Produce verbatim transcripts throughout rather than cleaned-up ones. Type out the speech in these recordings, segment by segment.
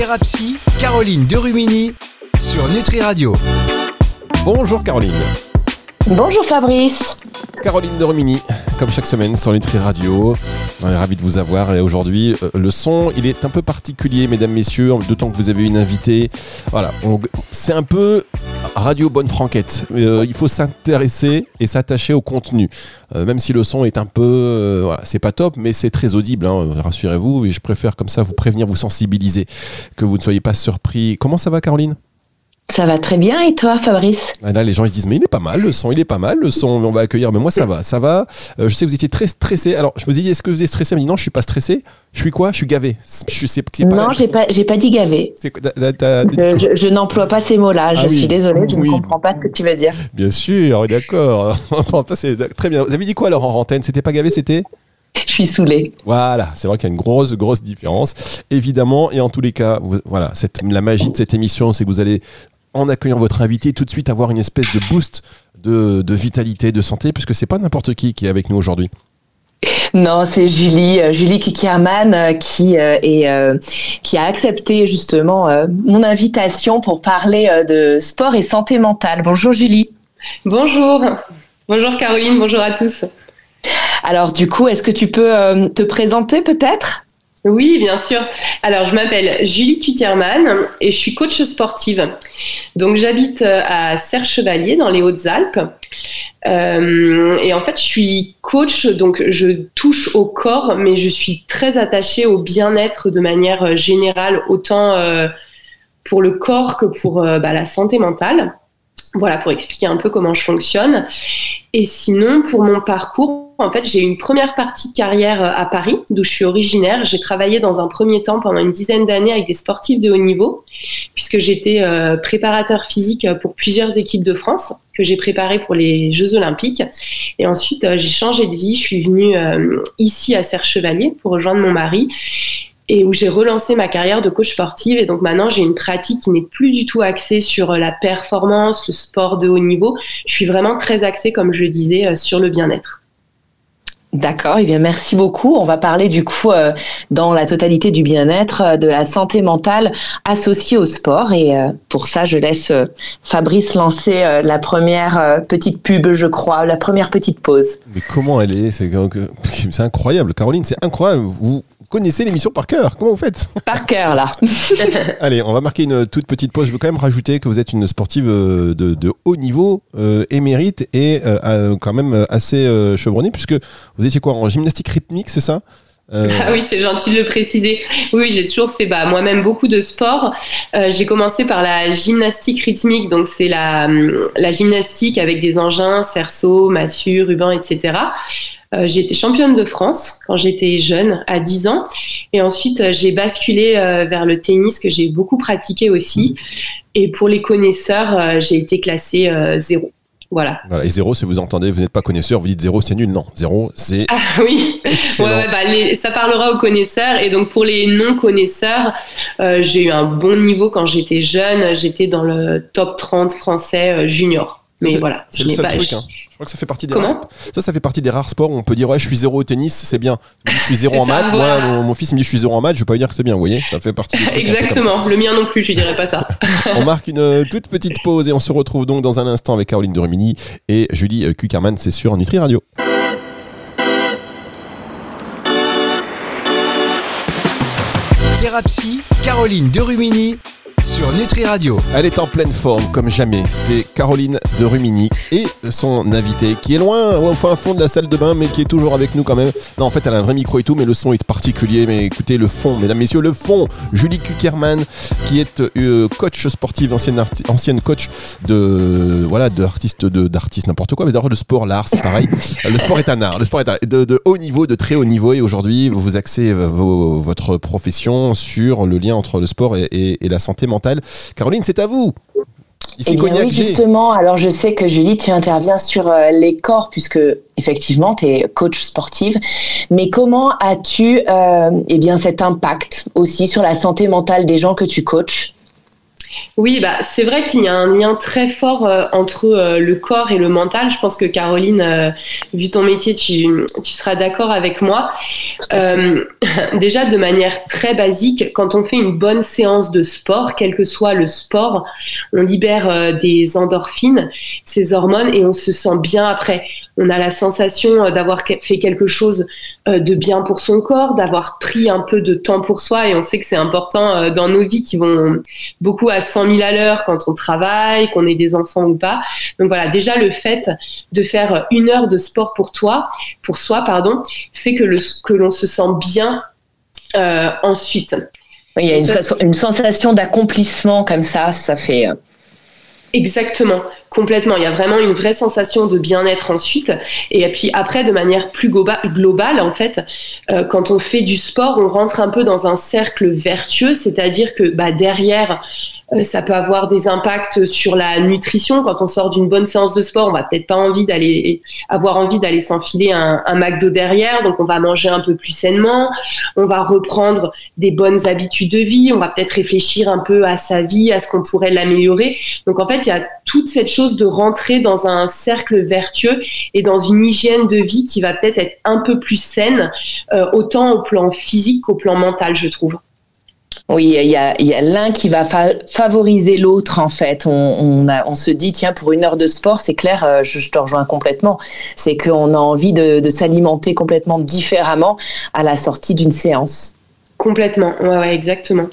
Thérapie, Caroline Derumini sur Nutri Radio. Bonjour Caroline. Bonjour Fabrice. Caroline Derumini, comme chaque semaine sur Nutri Radio. On est ravis de vous avoir et aujourd'hui, euh, le son, il est un peu particulier, mesdames, messieurs, d'autant que vous avez une invitée. Voilà, on, c'est un peu Radio Bonne Franquette. Euh, il faut s'intéresser et s'attacher au contenu. Euh, même si le son est un peu... Euh, voilà, c'est pas top, mais c'est très audible, hein, rassurez-vous. Et je préfère comme ça vous prévenir, vous sensibiliser, que vous ne soyez pas surpris. Comment ça va, Caroline ? Ça va très bien et toi Fabrice ? Là les gens ils se disent mais il est pas mal le son, il est pas mal le son, on va accueillir, mais moi ça va, ça va. Euh, je sais que vous étiez très stressé, alors je me dis est-ce que vous êtes stressé ? Elle me dit non je suis pas stressé, je suis quoi ? Je suis gavé. Je sais, c'est pas non j'ai pas, j'ai pas dit gavé, c'est, t'as, t'as, t'as, je, je, je n'emploie pas ces mots-là, ah je oui. suis désolée, je oui. ne comprends pas ce que tu veux dire. Bien sûr, d'accord, c'est très bien. Vous avez dit quoi alors en antenne ? C'était pas gavé, c'était ? Je suis saoulée. Voilà, c'est vrai qu'il y a une grosse, grosse différence, évidemment, et en tous les cas, vous, voilà, cette, la magie de cette émission, c'est que vous allez en accueillant votre invité, tout de suite avoir une espèce de boost de, de vitalité, de santé, puisque c'est pas n'importe qui qui est avec nous aujourd'hui. Non, c'est Julie, euh, Julie Kuckerman euh, qui euh, est euh, qui a accepté justement euh, mon invitation pour parler euh, de sport et santé mentale. Bonjour Julie. Bonjour. Bonjour Caroline, bonjour à tous. Alors du coup, est-ce que tu peux euh, te présenter peut-être ? Oui, bien sûr. Alors, je m'appelle Julie Kuckerman et je suis coach sportive. Donc, j'habite à Serre-Chevalier, dans les Hautes-Alpes. Euh, et en fait, je suis coach, donc je touche au corps, mais je suis très attachée au bien-être de manière générale, autant euh, pour le corps que pour euh, bah, la santé mentale. Voilà, pour expliquer un peu comment je fonctionne. Et sinon, pour mon parcours, en fait, j'ai eu une première partie de carrière à Paris, d'où je suis originaire. J'ai travaillé dans un premier temps pendant une dizaine d'années avec des sportifs de haut niveau, puisque j'étais euh, préparateur physique pour plusieurs équipes de France que j'ai préparées pour les Jeux Olympiques. Et ensuite, euh, j'ai changé de vie. Je suis venue euh, ici à Serre-Chevalier pour rejoindre mon mari, et où j'ai relancé ma carrière de coach sportive. Et donc maintenant, j'ai une pratique qui n'est plus du tout axée sur la performance, le sport de haut niveau. Je suis vraiment très axée, comme je le disais, sur le bien-être. D'accord, eh bien merci beaucoup. On va parler du coup euh, dans la totalité du bien-être, euh, de la santé mentale associée au sport. Et euh, pour ça, je laisse euh, Fabrice lancer euh, la première euh, petite pub, je crois, la première petite pause. Mais comment elle est ? C'est, c'est incroyable, Caroline, c'est incroyable. Vous connaissez l'émission par cœur. Comment vous faites ? Par cœur, là. Allez, on va marquer une toute petite pause. Je veux quand même rajouter que vous êtes une sportive de, de haut niveau, euh, émérite et euh, quand même assez euh, chevronnée, puisque vous étiez quoi, en gymnastique rythmique, c'est ça ? Euh... Ah oui, c'est gentil de le préciser. Oui, j'ai toujours fait bah, moi-même beaucoup de sport. Euh, j'ai commencé par la gymnastique rythmique, donc c'est la, la gymnastique avec des engins, cerceau, massue, ruban, et cetera. Euh, j'ai été championne de France quand j'étais jeune, à dix ans. Et ensuite, euh, j'ai basculé euh, vers le tennis que j'ai beaucoup pratiqué aussi. Et pour les connaisseurs, euh, j'ai été classée euh, zéro. Voilà. Voilà. Et zéro, si vous entendez, vous n'êtes pas connaisseur, vous dites zéro, c'est nul. Non, zéro, c'est ah, oui. excellent. Ouais, ouais, bah, les, ça parlera aux connaisseurs. Et donc, pour les non-connaisseurs, euh, j'ai eu un bon niveau quand j'étais jeune. J'étais dans le top trente français euh, junior. Mais c'est, voilà. C'est le seul pas, truc. je... Hein. Je crois que ça fait partie des Comment rares. Ça, ça fait partie des rares sports où on peut dire ouais, je suis zéro au tennis, c'est bien. Je suis zéro en maths. Voilà. Moi, mon, mon fils me dit je suis zéro en maths. Je vais pas lui dire que c'est bien. Vous voyez, ça fait partie des trucs. Exactement. Le mien non plus. Je dirais pas ça. On marque une euh, toute petite pause et on se retrouve donc dans un instant avec Caroline Derumini et Julie euh, Kuckerman. C'est sur Nutri Radio. Thérapie, Caroline Derumini sur Nutri Radio. Elle est en pleine forme comme jamais. C'est Caroline Derumini et son invité qui est loin au fin fond de la salle de bain mais qui est toujours avec nous quand même. Non, en fait, elle a un vrai micro et tout, mais le son est particulier. Mais écoutez, le fond, mesdames, messieurs, le fond. Julie Kuckerman, qui est euh, coach sportive, ancienne, arti- ancienne coach de voilà, de artiste, de, d'artiste n'importe quoi, mais d'abord le sport, l'art, c'est pareil. Le sport est un art. Le sport est un, de, de haut niveau, de très haut niveau. Et aujourd'hui, vous vous axez vos, votre profession sur le lien entre le sport et, et, et la santé mentale. Caroline, c'est à vous. Ici, eh bien Cognac oui, justement, alors je sais que Julie, tu interviens sur euh, les corps puisque effectivement, tu es coach sportive, mais comment as-tu euh, eh bien, cet impact aussi sur la santé mentale des gens que tu coaches ? Oui, bah, c'est vrai qu'il y a un lien très fort euh, entre euh, le corps et le mental. Je pense que Caroline, euh, vu ton métier, tu, tu seras d'accord avec moi. Euh, déjà, de manière très basique, quand on fait une bonne séance de sport, quel que soit le sport, on libère euh, des endorphines, ces hormones, et on se sent bien après. On a la sensation d'avoir fait quelque chose de bien pour son corps, d'avoir pris un peu de temps pour soi, et on sait que c'est important dans nos vies qui vont beaucoup à cent mille à l'heure quand on travaille, qu'on ait des enfants ou pas. Donc voilà, déjà le fait de faire une heure de sport pour toi, pour soi, pardon, fait que, le, que l'on se sent bien euh, ensuite. Oui, il y a une, façon, une sensation d'accomplissement comme ça, ça fait... Exactement, complètement. Il y a vraiment une vraie sensation de bien-être ensuite. Et puis après, de manière plus globale, en fait, euh, quand on fait du sport, on rentre un peu dans un cercle vertueux, c'est-à-dire que bah, derrière, euh, ça peut avoir des impacts sur la nutrition. Quand on sort d'une bonne séance de sport, on va peut-être pas envie d'aller avoir envie d'aller s'enfiler un, un McDo derrière, donc on va manger un peu plus sainement. On va reprendre des bonnes habitudes de vie. On va peut-être réfléchir un peu à sa vie, à ce qu'on pourrait l'améliorer. Donc en fait, il y a toute cette chose de rentrer dans un cercle vertueux et dans une hygiène de vie qui va peut-être être un peu plus saine, euh, autant au plan physique qu'au plan mental, je trouve. Oui, il y a, il y a l'un qui va fa- favoriser l'autre, en fait. On, on, a, on se dit, tiens, pour une heure de sport, c'est clair, euh, je, je te rejoins complètement. C'est qu'on a envie de, de s'alimenter complètement différemment à la sortie d'une séance. Complètement, ouais, ouais, exactement.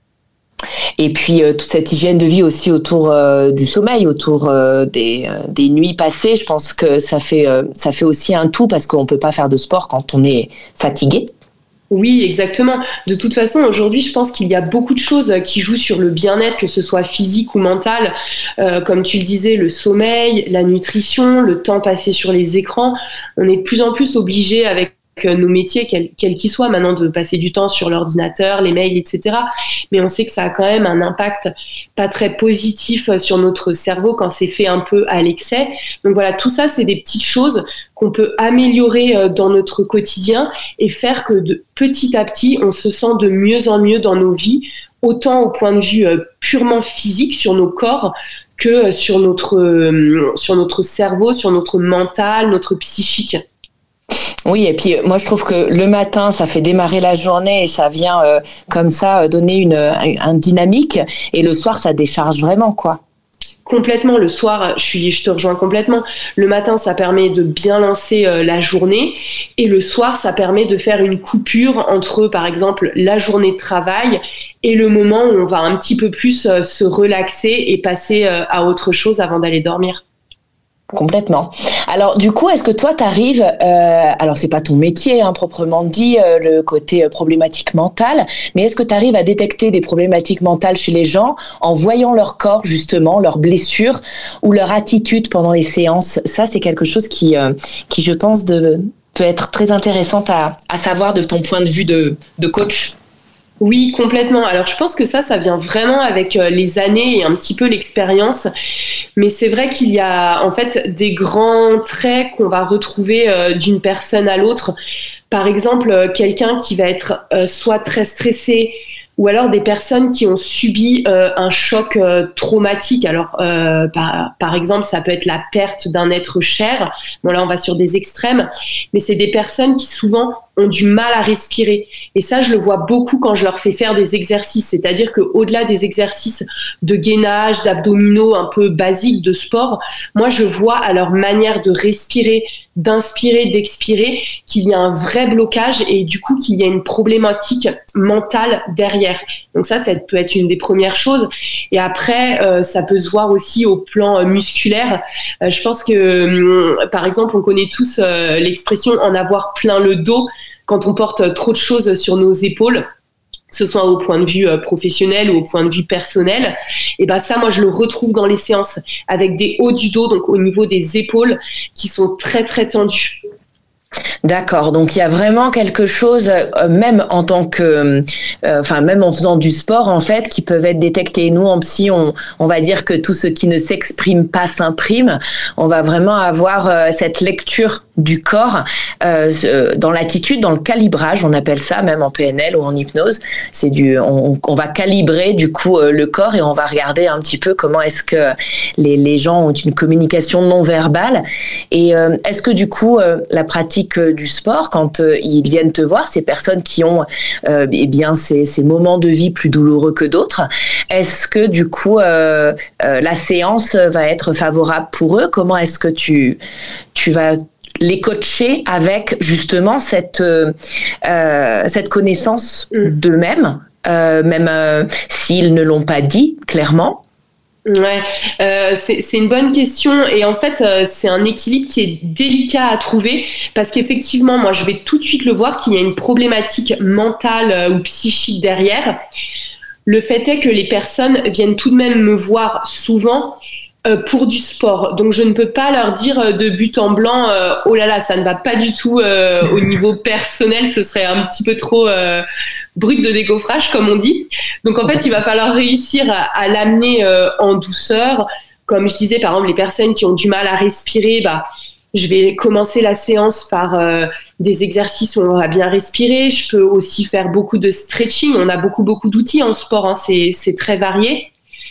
Et puis euh, toute cette hygiène de vie aussi autour euh, du sommeil, autour euh, des, euh, des nuits passées, je pense que ça fait, euh, ça fait aussi un tout parce qu'on ne peut pas faire de sport quand on est fatigué. Oui, exactement. De toute façon, aujourd'hui, je pense qu'il y a beaucoup de choses qui jouent sur le bien-être, que ce soit physique ou mental. Euh, comme tu le disais, le sommeil, la nutrition, le temps passé sur les écrans. On est de plus en plus obligés avec nos métiers, quels quel qu'ils soient, maintenant de passer du temps sur l'ordinateur, les mails, et cetera. Mais on sait que ça a quand même un impact pas très positif sur notre cerveau quand c'est fait un peu à l'excès. Donc voilà, tout ça, c'est des petites choses qu'on peut améliorer dans notre quotidien et faire que de petit à petit, on se sent de mieux en mieux dans nos vies, autant au point de vue purement physique sur nos corps que sur notre, sur notre cerveau, sur notre mental, notre psychique. Oui, et puis moi je trouve que le matin, ça fait démarrer la journée et ça vient euh, comme ça donner une, un, un dynamique, et le soir, ça décharge vraiment, quoi. Complètement. Le soir, je, suis, je te rejoins complètement. Le matin, ça permet de bien lancer euh, la journée, et le soir, ça permet de faire une coupure entre, par exemple, la journée de travail et le moment où on va un petit peu plus euh, se relaxer et passer euh, à autre chose avant d'aller dormir. Complètement. Alors du coup, est-ce que toi t'arrives, euh, alors c'est pas ton métier hein, proprement dit, euh, le côté euh, problématique mentale, mais est-ce que tu arrives à détecter des problématiques mentales chez les gens en voyant leur corps justement, leurs blessures ou leur attitude pendant les séances? Ça, c'est quelque chose qui, euh, qui je pense, de, peut être très intéressant à, à savoir de ton point de vue de, de coach. Oui, complètement. Alors, je pense que ça, ça vient vraiment avec les années et un petit peu l'expérience. Mais c'est vrai qu'il y a en fait des grands traits qu'on va retrouver euh, d'une personne à l'autre. Par exemple, quelqu'un qui va être euh, soit très stressé, ou alors des personnes qui ont subi euh, un choc euh, traumatique. Alors, euh, par, par exemple, ça peut être la perte d'un être cher. Bon, là, on va sur des extrêmes. Mais c'est des personnes qui, souvent, ont du mal à respirer. Et ça, je le vois beaucoup quand je leur fais faire des exercices. C'est-à-dire qu'au-delà des exercices de gainage, d'abdominaux un peu basiques de sport, moi, je vois à leur manière de respirer, d'inspirer, d'expirer, qu'il y a un vrai blocage et du coup qu'il y a une problématique mentale derrière. Donc ça, ça peut être une des premières choses. Et après, euh, ça peut se voir aussi au plan euh, musculaire. Euh, je pense que, euh, par exemple, on connaît tous euh, l'expression « en avoir plein le dos » quand on porte trop de choses sur nos épaules, que ce soit au point de vue professionnel ou au point de vue personnel. Et ben ça, moi, je le retrouve dans les séances avec des hauts du dos, donc au niveau des épaules, qui sont très, très tendus. D'accord, donc il y a vraiment quelque chose, euh, même en tant que, euh, enfin même en faisant du sport en fait, qui peuvent être détectés. Nous en psy, on, on va dire que tout ce qui ne s'exprime pas s'imprime. On va vraiment avoir euh, cette lecture du corps euh, dans l'attitude, dans le calibrage, on appelle ça même en P N L ou en hypnose. C'est du, on, on va calibrer du coup euh, le corps et on va regarder un petit peu comment est-ce que les, les gens ont une communication non verbale. Et euh, est-ce que du coup euh, la pratique euh, du sport, quand euh, ils viennent te voir, ces personnes qui ont euh, eh bien ces, ces moments de vie plus douloureux que d'autres, est-ce que du coup euh, euh, la séance va être favorable pour eux? Comment est-ce que tu tu vas les coacher avec justement cette euh, cette connaissance d'eux-mêmes, euh, même euh, s'ils ne l'ont pas dit clairement? Ouais, euh, c'est, c'est une bonne question et en fait euh, c'est un équilibre qui est délicat à trouver parce qu'effectivement moi je vais tout de suite le voir qu'il y a une problématique mentale euh, ou psychique derrière. Le fait est que les personnes viennent tout de même me voir souvent euh, pour du sport, donc je ne peux pas leur dire euh, de but en blanc euh, oh là là ça ne va pas du tout euh, au niveau personnel, ce serait un petit peu trop euh, brut de décoffrage comme on dit. Donc en fait il va falloir réussir à, à l'amener euh, en douceur. Comme je disais par exemple les personnes qui ont du mal à respirer, bah je vais commencer la séance par euh, des exercices où on va bien respirer. Je peux aussi faire beaucoup de stretching, on a beaucoup beaucoup d'outils en sport, hein. c'est, c'est très varié.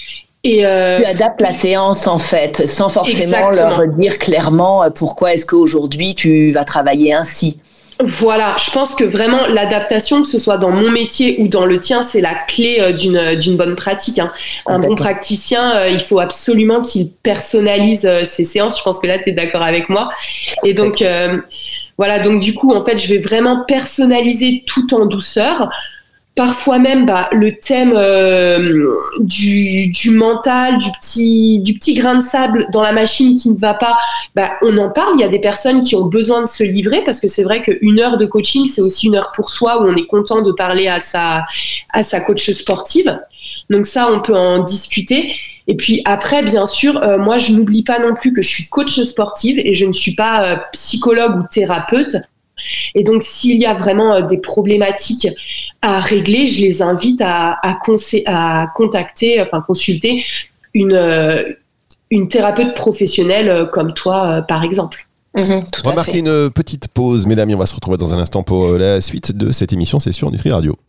Et euh, tu adaptes la séance en fait sans forcément exactement. Leur dire clairement pourquoi est-ce qu'aujourd'hui tu vas travailler ainsi. Voilà, je pense que vraiment l'adaptation, que ce soit dans mon métier ou dans le tien, c'est la clé d'une, d'une bonne pratique, hein. Un bon praticien, euh, il faut absolument qu'il personnalise euh, ses séances. Je pense que là, tu es d'accord avec moi. Et donc, euh, voilà, donc du coup, en fait, je vais vraiment personnaliser tout en douceur. Parfois même, bah, le thème euh, du, du mental, du petit, du petit grain de sable dans la machine qui ne va pas, bah, on en parle. Il y a des personnes qui ont besoin de se livrer parce que c'est vrai qu'une heure de coaching, c'est aussi une heure pour soi où on est content de parler à sa, à sa coach sportive. Donc ça, on peut en discuter. Et puis après, bien sûr, euh, moi, je n'oublie pas non plus que je suis coach sportive et je ne suis pas euh, psychologue ou thérapeute. Et donc, s'il y a vraiment euh, des problématiques à régler, je les invite à, à, conse- à contacter, enfin consulter une, euh, une thérapeute professionnelle euh, comme toi, euh, par exemple. Mmh, tout on va marquer une petite pause, mesdames, et on va se retrouver dans un instant pour la suite de cette émission. C'est sur Nutri Radio.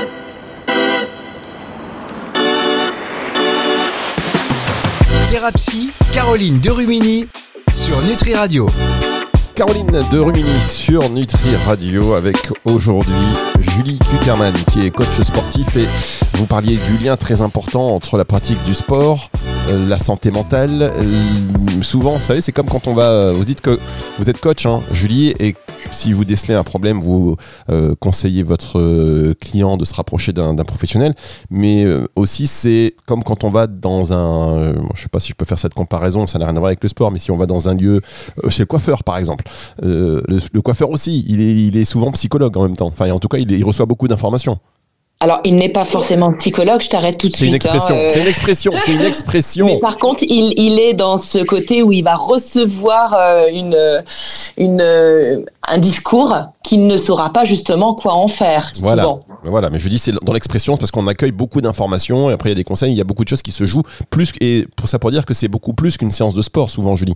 Thérapie, Caroline Derumini sur Nutri Radio. Caroline Derumini sur Nutri Radio avec aujourd'hui Julie Kuckerman qui est coach sportif et vous parliez du lien très important entre la pratique du sport, euh, la santé mentale. Euh, souvent, vous savez, c'est comme quand on va... Vous dites que vous êtes coach, hein, Julie, et si vous décelez un problème, vous euh, conseillez votre euh, client de se rapprocher d'un, d'un professionnel. Mais euh, aussi, c'est comme quand on va dans un... Euh, je ne sais pas si je peux faire cette comparaison, ça n'a rien à voir avec le sport, mais si on va dans un lieu, euh, chez le coiffeur par exemple, euh, le, le coiffeur aussi, il est, il est souvent psychologue en même temps. Enfin, en tout cas, il, est, il reçoit beaucoup d'informations. Alors, il n'est pas forcément psychologue, je t'arrête tout de c'est suite. Une expression, hein, euh... C'est une expression, c'est une expression. Mais par contre, il, il est dans ce côté où il va recevoir euh, une, une, euh, un discours qu'il ne saura pas justement quoi en faire, voilà. souvent. Voilà, mais je dis c'est dans l'expression, c'est parce qu'on accueille beaucoup d'informations et après il y a des conseils, il y a beaucoup de choses qui se jouent plus, et pour ça pour dire que c'est beaucoup plus qu'une séance de sport souvent, Julie.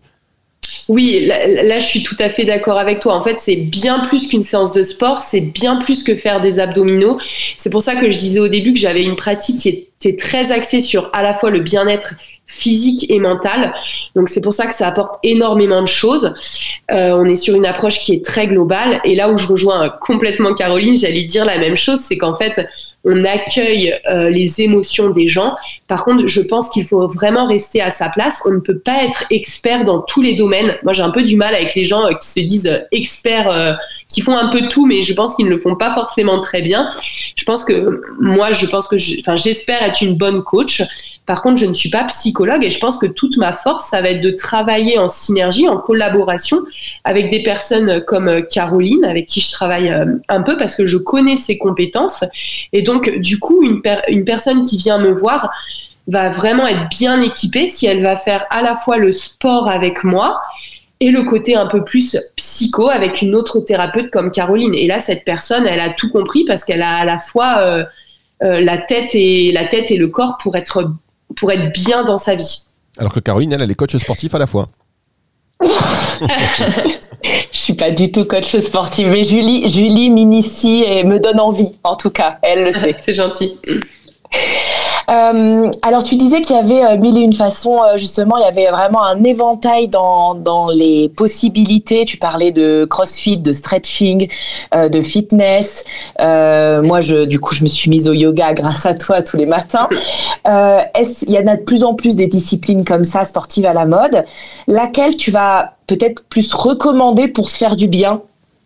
Oui, là, là je suis tout à fait d'accord avec toi. En fait, c'est bien plus qu'une séance de sport, c'est bien plus que faire des abdominaux. C'est pour ça que je disais au début que j'avais une pratique qui était très axée sur à la fois le bien-être physique et mental. Donc c'est pour ça que ça apporte énormément de choses. Euh, on est sur une approche qui est très globale. Et là où je rejoins complètement Caroline, j'allais dire la même chose, c'est qu'en fait, on accueille euh, les émotions des gens. Par contre, je pense qu'il faut vraiment rester à sa place. On ne peut pas être expert dans tous les domaines. Moi, j'ai un peu du mal avec les gens euh, qui se disent euh, experts, euh, qui font un peu tout, mais je pense qu'ils ne le font pas forcément très bien. Je pense que moi, je pense que, je, enfin, j'espère être une bonne coach. Par contre, je ne suis pas psychologue et je pense que toute ma force, ça va être de travailler en synergie, en collaboration avec des personnes comme Caroline, avec qui je travaille un peu parce que je connais ses compétences. Et donc, du coup, une, per- une personne qui vient me voir va vraiment être bien équipée si elle va faire à la fois le sport avec moi et le côté un peu plus psycho avec une autre thérapeute comme Caroline. Et là, cette personne, elle a tout compris parce qu'elle a à la fois euh, euh, la tête et, la tête et le corps pour être pour être bien dans sa vie. Alors que Caroline, elle, elle est coach sportif à la fois. Je suis pas du tout coach sportive, mais Julie, Julie m'initie et me donne envie, en tout cas, elle le sait. C'est gentil. Euh, alors tu disais qu'il y avait euh, mille et une façons, euh, justement, il y avait vraiment un éventail dans, dans les possibilités. Tu parlais de crossfit, de stretching, euh, de fitness. Euh, moi, je, du coup, je me suis mise au yoga grâce à toi tous les matins. Euh, est-ce, il y en a de plus en plus des disciplines comme ça, sportives à la mode. Laquelle tu vas peut-être plus recommander pour se faire du bien ?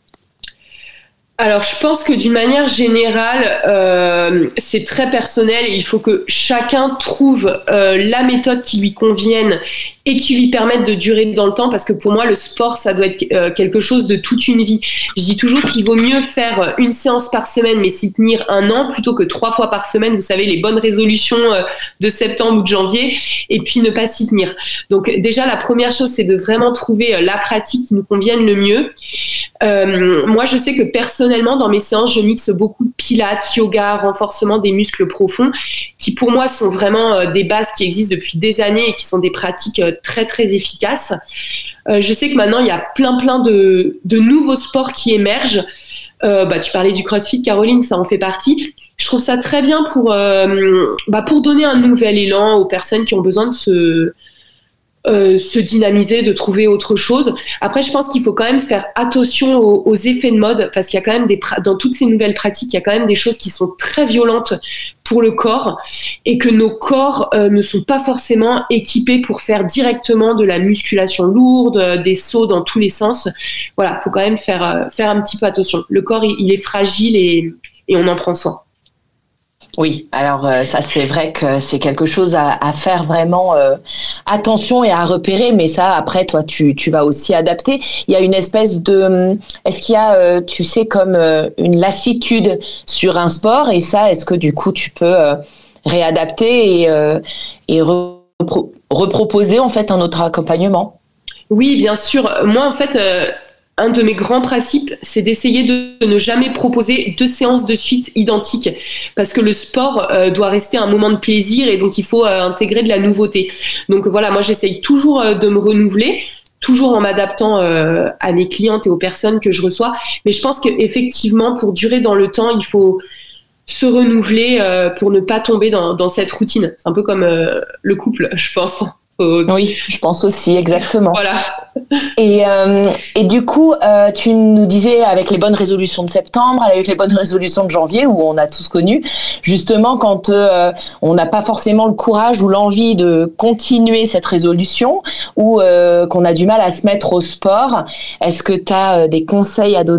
Alors, je pense que d'une manière générale, euh, c'est très personnel et il faut que chacun trouve euh, la méthode qui lui convienne et qui lui permette de durer dans le temps, parce que pour moi, le sport, ça doit être euh, quelque chose de toute une vie. Je dis toujours qu'il vaut mieux faire une séance par semaine, mais s'y tenir un an, plutôt que trois fois par semaine, vous savez, les bonnes résolutions euh, de septembre ou de janvier, et puis ne pas s'y tenir. Donc déjà, la première chose, c'est de vraiment trouver euh, la pratique qui nous convienne le mieux. Euh, moi, je sais que personnellement, dans mes séances, je mixe beaucoup de pilates, yoga, renforcement des muscles profonds, qui pour moi sont vraiment euh, des bases qui existent depuis des années et qui sont des pratiques euh, très très efficaces. Euh, je sais que maintenant, il y a plein plein de, de nouveaux sports qui émergent. Euh, bah, tu parlais du CrossFit, Caroline, ça en fait partie. Je trouve ça très bien pour, euh, bah, pour donner un nouvel élan aux personnes qui ont besoin de se... Euh, se dynamiser, de trouver autre chose. Après, je pense qu'il faut quand même faire attention aux, aux effets de mode, parce qu'il y a quand même des pra- dans toutes ces nouvelles pratiques, il y a quand même des choses qui sont très violentes pour le corps et que nos corps euh, ne sont pas forcément équipés pour faire directement de la musculation lourde, euh, des sauts dans tous les sens. Voilà, faut quand même faire euh, faire un petit peu attention. Le corps, il, il est fragile et, et on en prend soin. Oui, alors euh, ça c'est vrai que c'est quelque chose à, à faire vraiment euh, attention et à repérer, mais ça après toi tu, tu vas aussi adapter. Il y a une espèce de, est-ce qu'il y a, euh, tu sais, comme euh, une lassitude sur un sport, et ça est-ce que du coup tu peux euh, réadapter et, euh, et repro- reproposer en fait un autre accompagnement? Oui, bien sûr. Moi en fait... Euh... Un de mes grands principes, c'est d'essayer de ne jamais proposer deux séances de suite identiques, parce que le sport euh, doit rester un moment de plaisir et donc il faut euh, intégrer de la nouveauté. Donc voilà, moi j'essaye toujours euh, de me renouveler, toujours en m'adaptant euh, à mes clientes et aux personnes que je reçois. Mais je pense qu'effectivement, pour durer dans le temps, il faut se renouveler euh, pour ne pas tomber dans, dans cette routine. C'est un peu comme euh, le couple, je pense. Faut... Oui, je pense aussi, exactement. Voilà. Et, euh, et du coup, euh, tu nous disais avec les bonnes résolutions de septembre, avec les bonnes résolutions de janvier, où on a tous connu, justement quand euh, on n'a pas forcément le courage ou l'envie de continuer cette résolution, ou euh, qu'on a du mal à se mettre au sport, est-ce que tu as des conseils à donner ?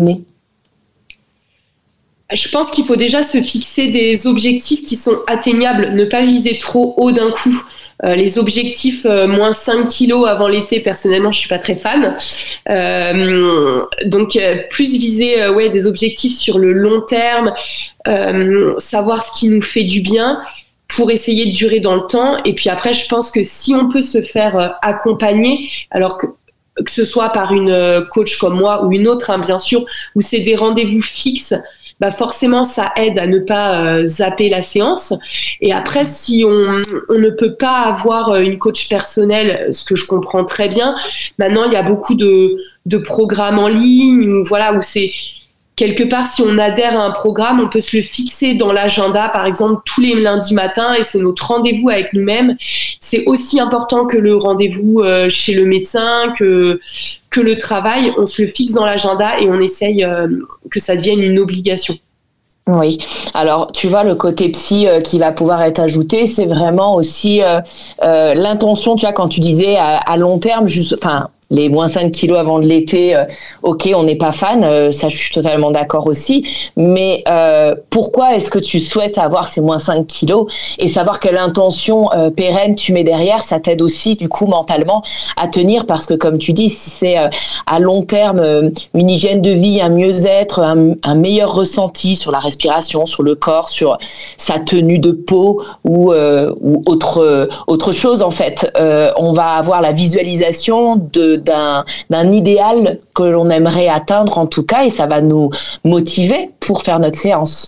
Je pense qu'il faut déjà se fixer des objectifs qui sont atteignables, ne pas viser trop haut d'un coup. Euh, les objectifs euh, moins cinq kilos avant l'été, personnellement, je suis pas très fan. Euh, donc, euh, plus viser euh, ouais, des objectifs sur le long terme, euh, savoir ce qui nous fait du bien pour essayer de durer dans le temps. Et puis après, je pense que si on peut se faire euh, accompagner, alors que que ce soit par une coach comme moi ou une autre, hein, bien sûr, où c'est des rendez-vous fixes, bah forcément ça aide à ne pas euh, zapper la séance. Et après, si on, on ne peut pas avoir une coach personnelle, ce que je comprends très bien, maintenant il y a beaucoup de, de programmes en ligne où, voilà, où c'est quelque part, si on adhère à un programme, on peut se le fixer dans l'agenda, par exemple, tous les lundis matins, et c'est notre rendez-vous avec nous-mêmes. C'est aussi important que le rendez-vous euh, chez le médecin, que, que le travail. On se le fixe dans l'agenda et on essaye euh, que ça devienne une obligation. Oui, alors tu vois, le côté psy euh, qui va pouvoir être ajouté, c'est vraiment aussi euh, euh, l'intention, tu vois, quand tu disais à, à long terme, juste, enfin, les moins cinq kilos avant de l'été, euh, ok, on n'est pas fan, euh, ça je suis totalement d'accord aussi, mais euh, pourquoi est-ce que tu souhaites avoir ces moins cinq kilos et savoir quelle intention euh, pérenne tu mets derrière, ça t'aide aussi du coup mentalement à tenir, parce que comme tu dis, si c'est euh, à long terme euh, une hygiène de vie, un mieux-être, un, un meilleur ressenti sur la respiration, sur le corps, sur sa tenue de peau ou, euh, ou autre, euh, autre chose en fait, euh, on va avoir la visualisation de D'un, d'un idéal que l'on aimerait atteindre en tout cas, et ça va nous motiver pour faire notre séance.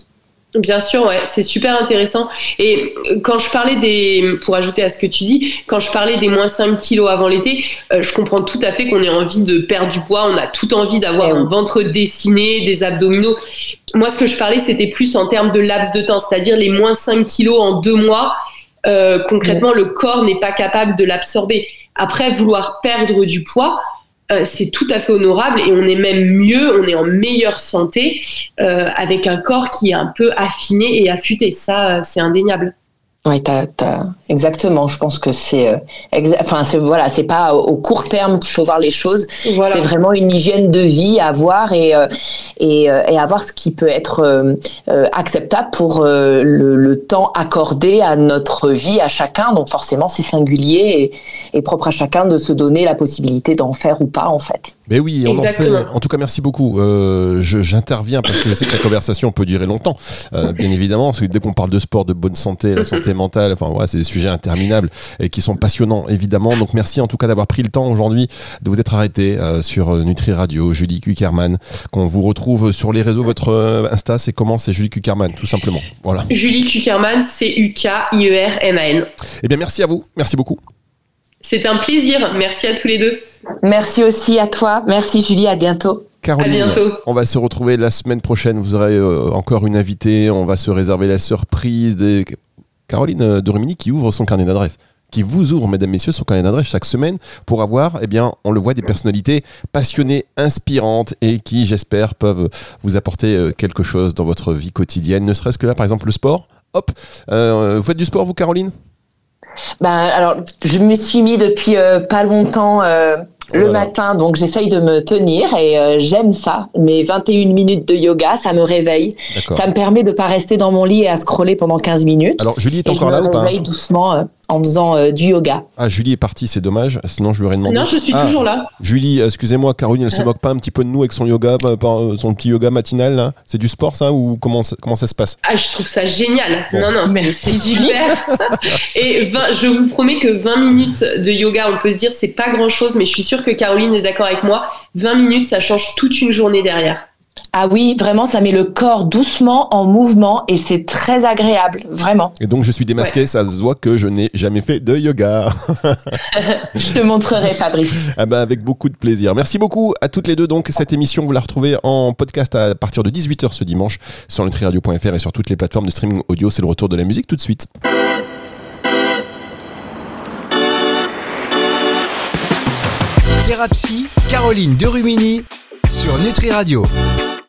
Bien sûr, ouais, c'est super intéressant. Et quand je parlais des, pour ajouter à ce que tu dis, quand je parlais des moins cinq kilos avant l'été, euh, je comprends tout à fait qu'on ait envie de perdre du poids, on a tout envie d'avoir ouais. un ventre dessiné, des abdominaux. Moi, ce que je parlais, c'était plus en termes de laps de temps, c'est-à-dire les moins cinq kilos en deux mois. Euh, concrètement, ouais. le corps n'est pas capable de l'absorber. Après, vouloir perdre du poids, Euh, c'est tout à fait honorable et on est même mieux, on est en meilleure santé euh, avec un corps qui est un peu affiné et affûté. Ça, euh, c'est indéniable. Oui, t'as, t'as, exactement. Je pense que c'est, euh, exa- enfin, c'est, voilà, c'est pas au, au court terme qu'il faut voir les choses. Voilà. C'est vraiment une hygiène de vie à avoir et euh, et, euh, et avoir ce qui peut être euh, euh, acceptable pour euh, le, le temps accordé à notre vie, à chacun. Donc forcément, c'est singulier et, et propre à chacun de se donner la possibilité d'en faire ou pas, en fait. Mais oui, on Exactement. en fait. En tout cas, merci beaucoup. Euh, je, j'interviens parce que je sais que la conversation peut durer longtemps. Euh, bien évidemment, parce que dès qu'on parle de sport, de bonne santé, la santé mentale, enfin voilà, c'est des sujets interminables et qui sont passionnants, évidemment. Donc merci en tout cas d'avoir pris le temps aujourd'hui de vous être arrêté euh, sur Nutri Radio, Julie Kuckerman, qu'on vous retrouve sur les réseaux. Votre euh, Insta, c'est comment? C'est Julie Kuckerman, tout simplement. Voilà. Julie Kuckerman, C U K I E R M A N. Eh bien, merci à vous. Merci beaucoup. C'est un plaisir. Merci à tous les deux. Merci aussi à toi. Merci Julie. À bientôt. Caroline, à bientôt. On va se retrouver la semaine prochaine. Vous aurez euh, encore une invitée. On va se réserver la surprise de Caroline de Rumini qui ouvre son carnet d'adresses. Qui vous ouvre, mesdames, messieurs, son carnet d'adresses chaque semaine pour avoir, eh bien, on le voit, des personnalités passionnées, inspirantes et qui, j'espère, peuvent vous apporter quelque chose dans votre vie quotidienne. Ne serait-ce que là, par exemple, le sport. Hop, euh, vous faites du sport, vous, Caroline ? Ben, alors, je me suis mis depuis euh, pas longtemps euh, le voilà. matin, donc j'essaye de me tenir et euh, j'aime ça. Mes vingt et une minutes de yoga, ça me réveille. D'accord. Ça me permet de pas rester dans mon lit et à scroller pendant quinze minutes. Alors, Julie est encore là ou pas ? Je me réveille doucement euh, en faisant euh, du yoga. Ah, Julie est partie, c'est dommage. Sinon, je lui aurais demandé. Non, je suis ah, toujours là. Julie, excusez-moi, Caroline, elle se moque pas un petit peu de nous avec son yoga, son petit yoga matinal là ? C'est du sport, ça, ou comment ça, comment ça se passe ? Ah, je trouve ça génial. Bon. Non, non, merci, c'est super. Et vingt, je vous promets que vingt minutes de yoga, on peut se dire, c'est pas grand-chose, mais je suis sûre que Caroline est d'accord avec moi. vingt minutes, ça change toute une journée derrière. Ah oui, vraiment, ça met le corps doucement en mouvement et c'est très agréable, vraiment. Et donc, je suis démasqué, ouais. Ça se voit que je n'ai jamais fait de yoga. Je te montrerai, Fabrice. Ah ben, avec beaucoup de plaisir. Merci beaucoup à toutes les deux. Donc, cette émission, vous la retrouvez en podcast à partir de dix-huit heures ce dimanche sur nutri radio point f r et sur toutes les plateformes de streaming audio. C'est le retour de la musique tout de suite. Thérapie, Caroline de Rumini sur Nutri Radio.